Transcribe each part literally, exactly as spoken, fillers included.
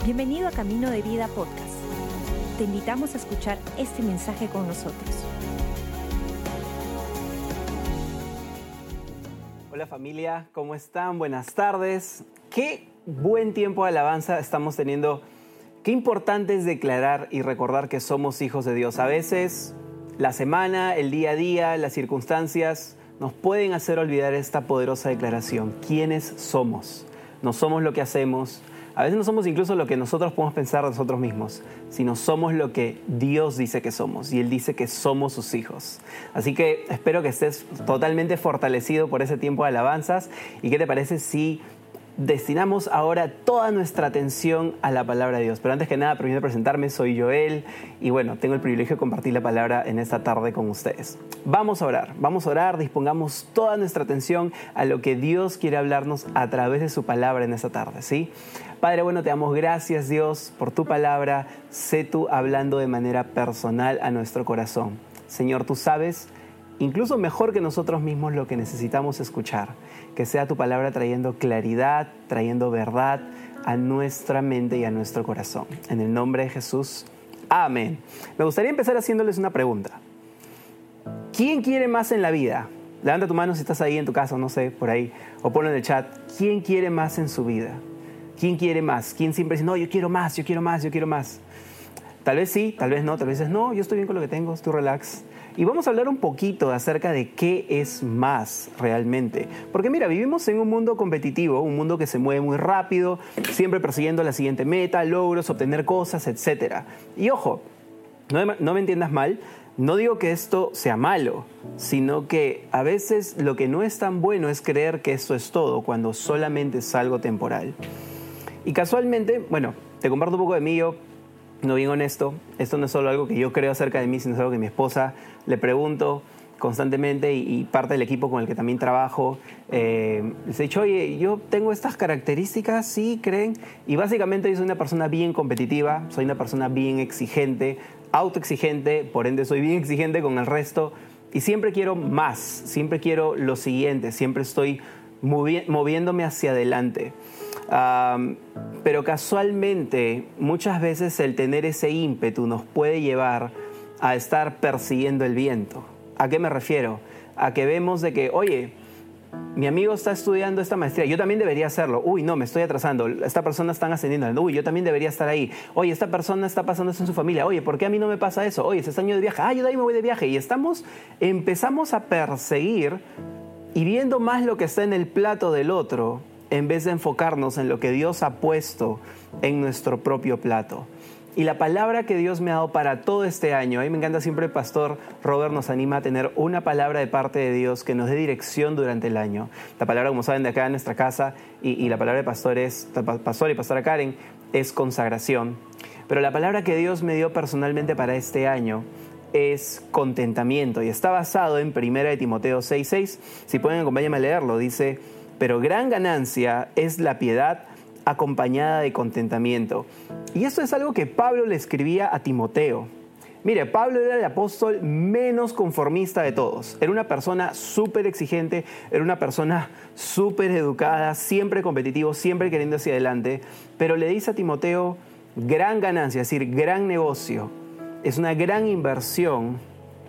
Bienvenido a Camino de Vida Podcast. Te invitamos a escuchar este mensaje con nosotros. Hola familia, ¿cómo están? Buenas tardes. Qué buen tiempo de alabanza estamos teniendo. Qué importante es declarar y recordar que somos hijos de Dios. A veces la semana, el día a día, las circunstancias nos pueden hacer olvidar esta poderosa declaración. ¿Quiénes somos? No somos lo que hacemos. A veces no somos incluso lo que nosotros podemos pensar de nosotros mismos, sino somos lo que Dios dice que somos, y Él dice que somos sus hijos. Así que espero que estés totalmente fortalecido por ese tiempo de alabanzas. ¿Y qué te parece si destinamos ahora toda nuestra atención a la palabra de Dios? Pero antes que nada, permítame presentarme, soy Joel, y bueno, tengo el privilegio de compartir la palabra en esta tarde con ustedes. Vamos a orar, vamos a orar, dispongamos toda nuestra atención a lo que Dios quiere hablarnos a través de su palabra en esta tarde, ¿sí? Padre, bueno, te damos gracias, Dios, por tu palabra. Sé tú hablando de manera personal a nuestro corazón. Señor, tú sabes, incluso mejor que nosotros mismos, lo que necesitamos escuchar. Que sea tu palabra trayendo claridad, trayendo verdad a nuestra mente y a nuestro corazón. En el nombre de Jesús, amén. Me gustaría empezar haciéndoles una pregunta. ¿Quién quiere más en la vida? Levanta tu mano si estás ahí en tu casa, no sé, por ahí, o ponlo en el chat. ¿Quién quiere más en su vida? ¿Quién quiere más? ¿Quién siempre dice, no, yo quiero más, yo quiero más, yo quiero más? Tal vez sí, tal vez no, tal vez es no, yo estoy bien con lo que tengo, estoy relax. Y vamos a hablar un poquito acerca de qué es más realmente. Porque mira, vivimos en un mundo competitivo, un mundo que se mueve muy rápido, siempre persiguiendo la siguiente meta, logros, obtener cosas, etcétera. Y ojo, no me, no me entiendas mal, no digo que esto sea malo, sino que a veces lo que no es tan bueno es creer que esto es todo, cuando solamente es algo temporal. Y casualmente, bueno, te comparto un poco de mí, yo, no bien honesto, esto no es solo algo que yo creo acerca de mí, sino es algo que mi esposa le pregunto constantemente, y, y parte del equipo con el que también trabajo, eh, les he dicho, oye, yo tengo estas características, ¿sí creen? Y básicamente yo soy una persona bien competitiva, soy una persona bien exigente, autoexigente, por ende soy bien exigente con el resto, y siempre quiero más, siempre quiero lo siguiente, siempre estoy movi- moviéndome hacia adelante. Um, pero casualmente muchas veces el tener ese ímpetu nos puede llevar a estar persiguiendo el viento. ¿A qué me refiero? A que vemos de que, oye, mi amigo está estudiando esta maestría, yo también debería hacerlo. Uy, no, me estoy atrasando. Esta persona está ascendiendo. Uy, yo también debería estar ahí. Oye, esta persona está pasando eso en su familia. Oye, ¿por qué a mí no me pasa eso? Oye, se está yendo de viaje. Ah, yo de ahí me voy de viaje. Y estamos, empezamos a perseguir y viendo más lo que está en el plato del otro, en vez de enfocarnos en lo que Dios ha puesto en nuestro propio plato. Y la palabra que Dios me ha dado para todo este año, a mí me encanta siempre el pastor Robert nos anima a tener una palabra de parte de Dios que nos dé dirección durante el año. La palabra, como saben, de acá en nuestra casa, y, y la palabra de pastor, es, pastor y pastora Karen, es consagración. Pero la palabra que Dios me dio personalmente para este año es contentamiento, y está basado en primera de Timoteo seis seis. Si pueden, acompáñenme a leerlo. Dice: pero gran ganancia es la piedad acompañada de contentamiento. Y esto es algo que Pablo le escribía a Timoteo. Mire, Pablo era el apóstol menos conformista de todos. Era una persona súper exigente, era una persona súper educada, siempre competitivo, siempre queriendo hacia adelante. Pero le dice a Timoteo, gran ganancia, es decir, gran negocio. Es una gran inversión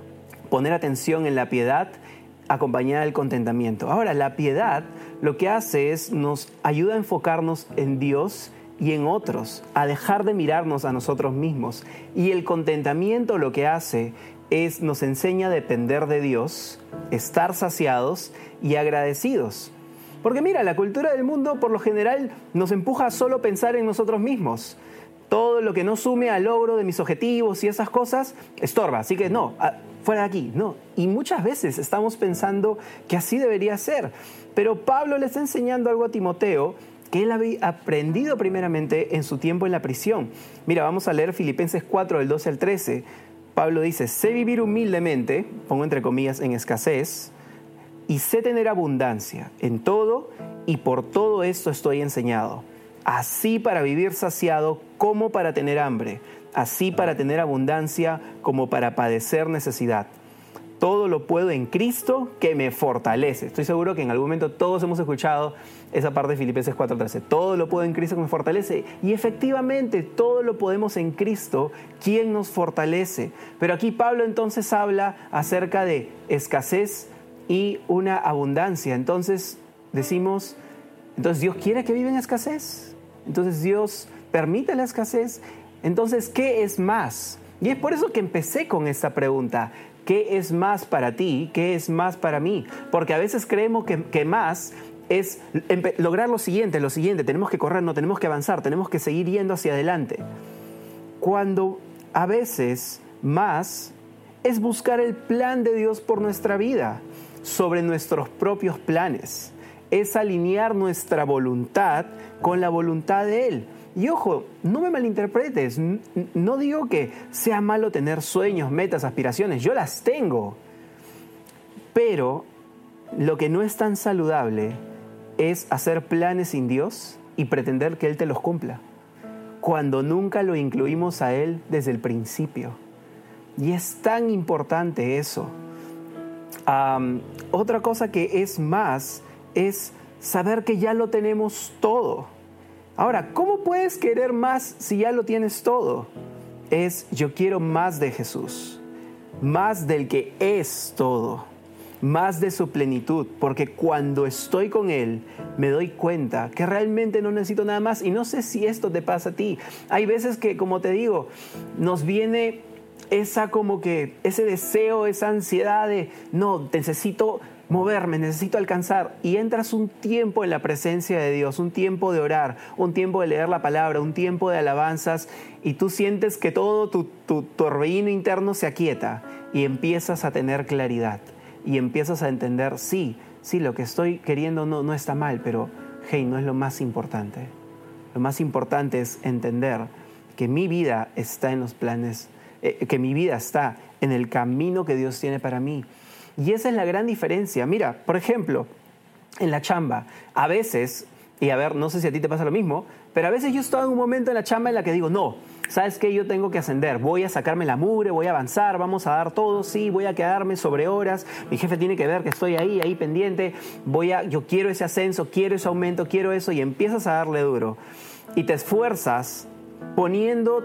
poner atención en la piedad acompañada del contentamiento. Ahora, la piedad lo que hace es nos ayuda a enfocarnos en Dios y en otros, a dejar de mirarnos a nosotros mismos. Y el contentamiento lo que hace es nos enseña a depender de Dios, estar saciados y agradecidos. Porque mira, la cultura del mundo por lo general nos empuja a solo pensar en nosotros mismos. Todo lo que no sume al logro de mis objetivos y esas cosas estorba. Así que no, fuera de aquí, no. Y muchas veces estamos pensando que así debería ser. Pero Pablo le está enseñando algo a Timoteo que él había aprendido primeramente en su tiempo en la prisión. Mira, vamos a leer Filipenses cuatro, del doce al trece. Pablo dice, sé vivir humildemente, pongo entre comillas, en escasez, y sé tener abundancia en todo, y por todo esto estoy enseñado. Así para vivir saciado como para tener hambre, así para tener abundancia como para padecer necesidad. Todo lo puedo en Cristo que me fortalece. Estoy seguro que en algún momento todos hemos escuchado esa parte de Filipenses cuatro trece. Todo lo puedo en Cristo que me fortalece. Y efectivamente, todo lo podemos en Cristo, quien nos fortalece. Pero aquí Pablo entonces habla acerca de escasez y una abundancia. Entonces decimos, entonces Dios quiere que viva en escasez. Entonces Dios permite la escasez. Entonces, ¿qué es más? Y es por eso que empecé con esta pregunta. ¿Qué es más para ti? ¿Qué es más para mí? Porque a veces creemos que, que más es lograr lo siguiente, lo siguiente. Tenemos que correr, no tenemos que avanzar, tenemos que seguir yendo hacia adelante. Cuando a veces más es buscar el plan de Dios por nuestra vida, sobre nuestros propios planes. Es alinear nuestra voluntad con la voluntad de Él. Y ojo, no me malinterpretes, no digo que sea malo tener sueños, metas, aspiraciones, yo las tengo. Pero lo que no es tan saludable es hacer planes sin Dios y pretender que Él te los cumpla, cuando nunca lo incluimos a Él desde el principio. Y es tan importante eso. Um, otra cosa que es más, es saber que ya lo tenemos todo. Ahora, ¿cómo puedes querer más si ya lo tienes todo? Es, yo quiero más de Jesús, más del que es todo, más de su plenitud, porque cuando estoy con Él, me doy cuenta que realmente no necesito nada más. Y no sé si esto te pasa a ti. Hay veces que, como te digo, nos viene esa como que, ese deseo, esa ansiedad de, no, necesito moverme, necesito alcanzar, y entras un tiempo en la presencia de Dios, un tiempo de orar, un tiempo de leer la palabra, un tiempo de alabanzas, y tú sientes que todo tu, tu torbellino interno se aquieta y empiezas a tener claridad y empiezas a entender, sí, sí, lo que estoy queriendo no, no está mal, pero hey, no es lo más importante. Lo más importante es entender que mi vida está en los planes, eh, que mi vida está en el camino que Dios tiene para mí. Y esa es la gran diferencia. Mira, por ejemplo, en la chamba, a veces, y a ver, no sé si a ti te pasa lo mismo, pero a veces yo estoy en un momento en la chamba en la que digo, no, ¿sabes qué? Yo tengo que ascender, voy a sacarme la mugre, voy a avanzar, vamos a dar todo, sí, voy a quedarme sobre horas, mi jefe tiene que ver que estoy ahí, ahí pendiente, voy a, yo quiero ese ascenso, quiero ese aumento, quiero eso, y empiezas a darle duro. Y te esfuerzas poniendo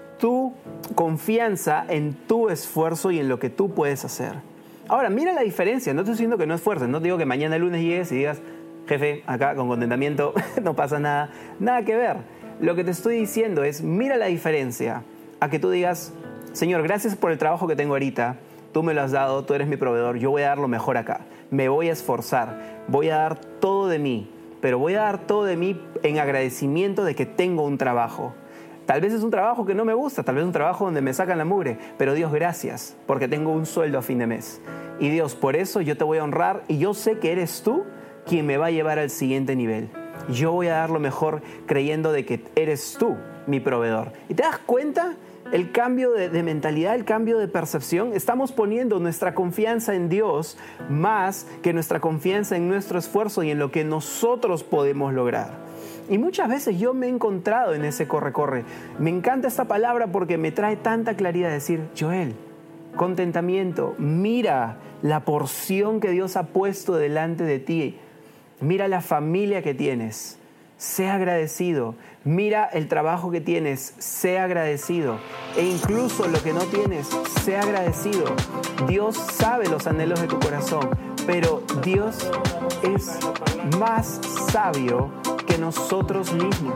tu confianza en tu esfuerzo y en lo que tú puedes hacer. Ahora, mira la diferencia, no estoy diciendo que no esfuerces, no te digo que mañana lunes llegues y digas, jefe, acá con contentamiento, no pasa nada, nada que ver. Lo que te estoy diciendo es, mira la diferencia a que tú digas, Señor, gracias por el trabajo que tengo ahorita, tú me lo has dado, tú eres mi proveedor, yo voy a dar lo mejor acá, me voy a esforzar, voy a dar todo de mí, pero voy a dar todo de mí en agradecimiento de que tengo un trabajo. Tal vez es un trabajo que no me gusta, tal vez es un trabajo donde me sacan la mugre, pero Dios, gracias, porque tengo un sueldo a fin de mes. Y Dios, por eso yo te voy a honrar y yo sé que eres tú quien me va a llevar al siguiente nivel. Yo voy a dar lo mejor creyendo de que eres tú mi proveedor. ¿Y te das cuenta el cambio de, de mentalidad, el cambio de percepción? Estamos poniendo nuestra confianza en Dios más que nuestra confianza en nuestro esfuerzo y en lo que nosotros podemos lograr. Y muchas veces yo me he encontrado en ese corre-corre. Me encanta esta palabra porque me trae tanta claridad de decir, Joel, contentamiento, mira la porción que Dios ha puesto delante de ti. Mira la familia que tienes, sé agradecido. Mira el trabajo que tienes, sé agradecido. E incluso lo que no tienes, sé agradecido. Dios sabe los anhelos de tu corazón, pero Dios es más sabio que nosotros mismos.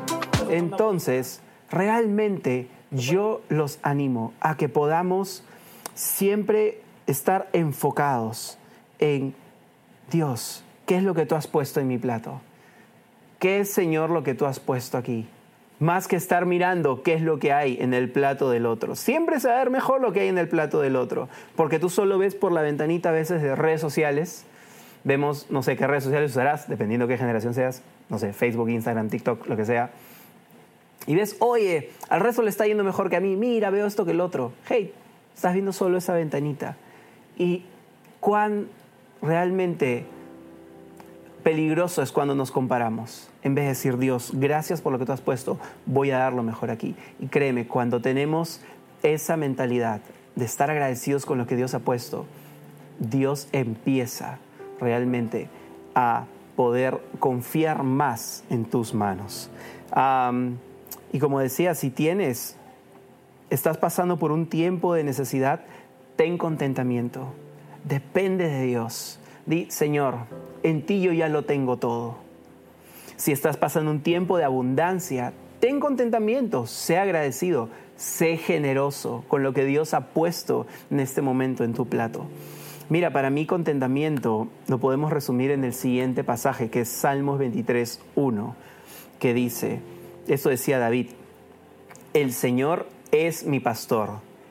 Entonces, realmente yo los animo a que podamos siempre estar enfocados en Dios. ¿Qué es lo que tú has puesto en mi plato? ¿Qué es, Señor, lo que tú has puesto aquí? Más que estar mirando qué es lo que hay en el plato del otro. Siempre saber mejor lo que hay en el plato del otro, porque tú solo ves por la ventanita a veces de redes sociales. Vemos, no sé qué redes sociales usarás, dependiendo de qué generación seas, no sé, Facebook, Instagram, TikTok, lo que sea. Y ves, oye, al resto le está yendo mejor que a mí, mira, veo esto que el otro. Hey, estás viendo solo esa ventanita. Y cuán realmente peligroso es cuando nos comparamos. En vez de decir, Dios, gracias por lo que tú has puesto, voy a dar lo mejor aquí. Y créeme, cuando tenemos esa mentalidad de estar agradecidos con lo que Dios ha puesto, Dios empieza realmente a poder confiar más en tus manos. Um, y como decía, si tienes, estás pasando por un tiempo de necesidad, ten contentamiento. Depende de Dios. Di, Señor, en ti yo ya lo tengo todo. Si estás pasando un tiempo de abundancia, ten contentamiento, sé agradecido, sé generoso con lo que Dios ha puesto en este momento en tu plato. Mira, para mí contentamiento lo podemos resumir en el siguiente pasaje, que es Salmos veintitrés, uno, que dice, esto decía David, el Señor es mi pastor,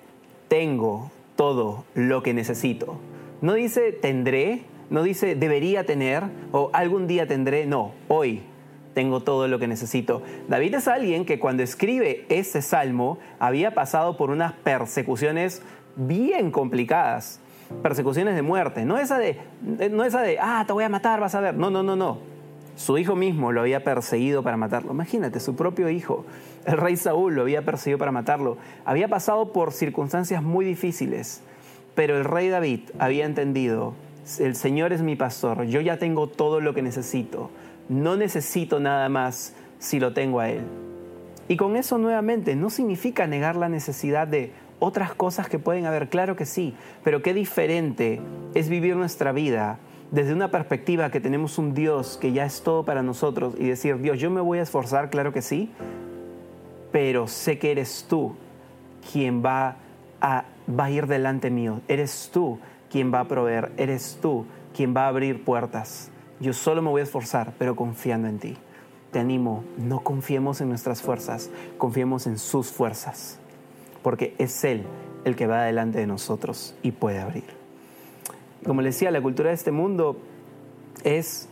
tengo todo lo que necesito. No dice tendré, no dice debería tener o algún día tendré, no, hoy tengo todo lo que necesito. David es alguien que cuando escribe este salmo había pasado por unas persecuciones bien complicadas, persecuciones de muerte, no esa de, no esa de, ah, te voy a matar, vas a ver, no, no, no, no. Su hijo mismo lo había perseguido para matarlo. Imagínate, su propio hijo, el rey Saúl, lo había perseguido para matarlo. Había pasado por circunstancias muy difíciles, pero el rey David había entendido, el Señor es mi pastor, yo ya tengo todo lo que necesito. No necesito nada más si lo tengo a Él. Y con eso nuevamente no significa negar la necesidad de otras cosas que pueden haber, claro que sí, pero qué diferente es vivir nuestra vida desde una perspectiva que tenemos un Dios que ya es todo para nosotros y decir, Dios, yo me voy a esforzar, claro que sí, pero sé que eres tú quien va a, va a ir delante mío, eres tú quien va a proveer, eres tú quien va a abrir puertas. Yo solo me voy a esforzar, pero confiando en ti. Te animo, no confiemos en nuestras fuerzas, confiemos en sus fuerzas, porque es Él el que va delante de nosotros y puede abrir. Como les decía, la cultura de este mundo es,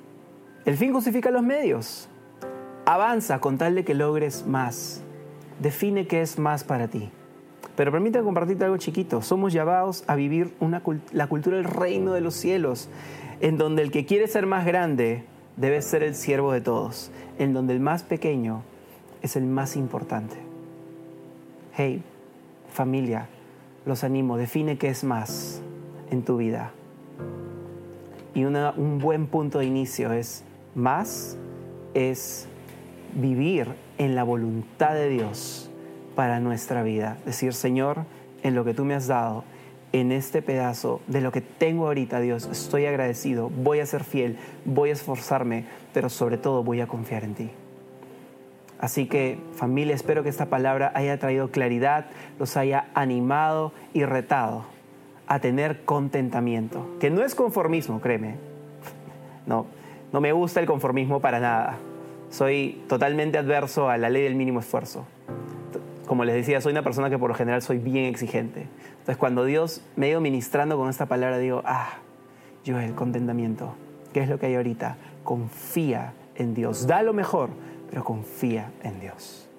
el fin justifica los medios. Avanza con tal de que logres más. Define qué es más para ti. Pero permítame compartirte algo chiquito. Somos llamados a vivir una, la cultura del reino de los cielos, en donde el que quiere ser más grande debe ser el siervo de todos, en donde el más pequeño es el más importante. Hey, familia, los animo, define qué es más en tu vida. Y una, un buen punto de inicio es, más es vivir en la voluntad de Dios para nuestra vida. Decir, Señor, en lo que tú me has dado, en este pedazo de lo que tengo ahorita, Dios, estoy agradecido, voy a ser fiel, voy a esforzarme, pero sobre todo voy a confiar en ti. Así que, familia, espero que esta palabra haya traído claridad, los haya animado y retado a tener contentamiento, que no es conformismo, créeme. No, no me gusta el conformismo para nada. Soy totalmente adverso a la ley del mínimo esfuerzo. Como les decía, soy una persona que por lo general soy bien exigente. Entonces, cuando Dios me ha ido ministrando con esta palabra, digo, ah, Joel, contentamiento. ¿Qué es lo que hay ahorita? Confía en Dios. Da lo mejor, pero confía en Dios.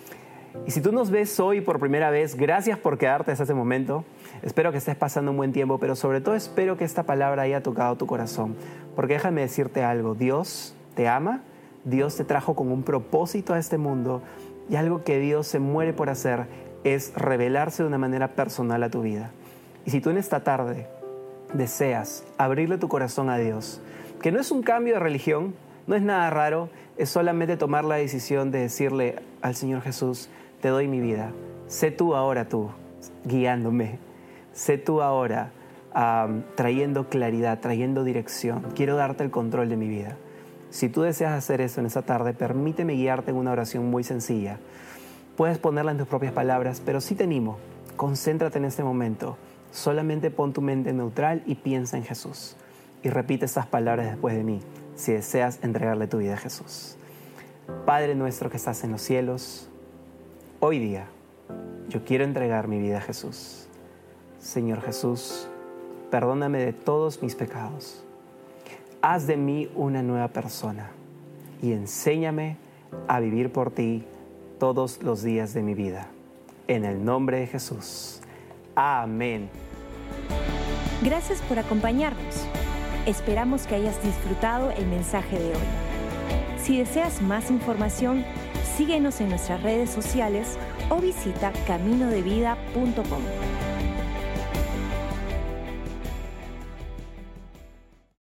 Y si tú nos ves hoy por primera vez, gracias por quedarte hasta este momento. Espero que estés pasando un buen tiempo, pero sobre todo espero que esta palabra haya tocado tu corazón. Porque déjame decirte algo, Dios te ama, Dios te trajo con un propósito a este mundo y algo que Dios se muere por hacer es revelarse de una manera personal a tu vida. Y si tú en esta tarde deseas abrirle tu corazón a Dios, que no es un cambio de religión, no es nada raro, es solamente tomar la decisión de decirle al Señor Jesús, te doy mi vida, sé tú ahora tú, guiándome, sé tú ahora um, trayendo claridad, trayendo dirección, quiero darte el control de mi vida. Si tú deseas hacer eso en esta tarde, permíteme guiarte en una oración muy sencilla. Puedes ponerla en tus propias palabras, pero sí te animo, concéntrate en este momento, solamente pon tu mente neutral y piensa en Jesús. Y repite estas palabras después de mí, si deseas entregarle tu vida a Jesús. Padre nuestro que estás en los cielos, hoy día yo quiero entregar mi vida a Jesús. Señor Jesús, perdóname de todos mis pecados. Haz de mí una nueva persona y enséñame a vivir por ti todos los días de mi vida. En el nombre de Jesús. Amén. Gracias por acompañarnos. Esperamos que hayas disfrutado el mensaje de hoy. Si deseas más información, síguenos en nuestras redes sociales o visita camino de vida punto com.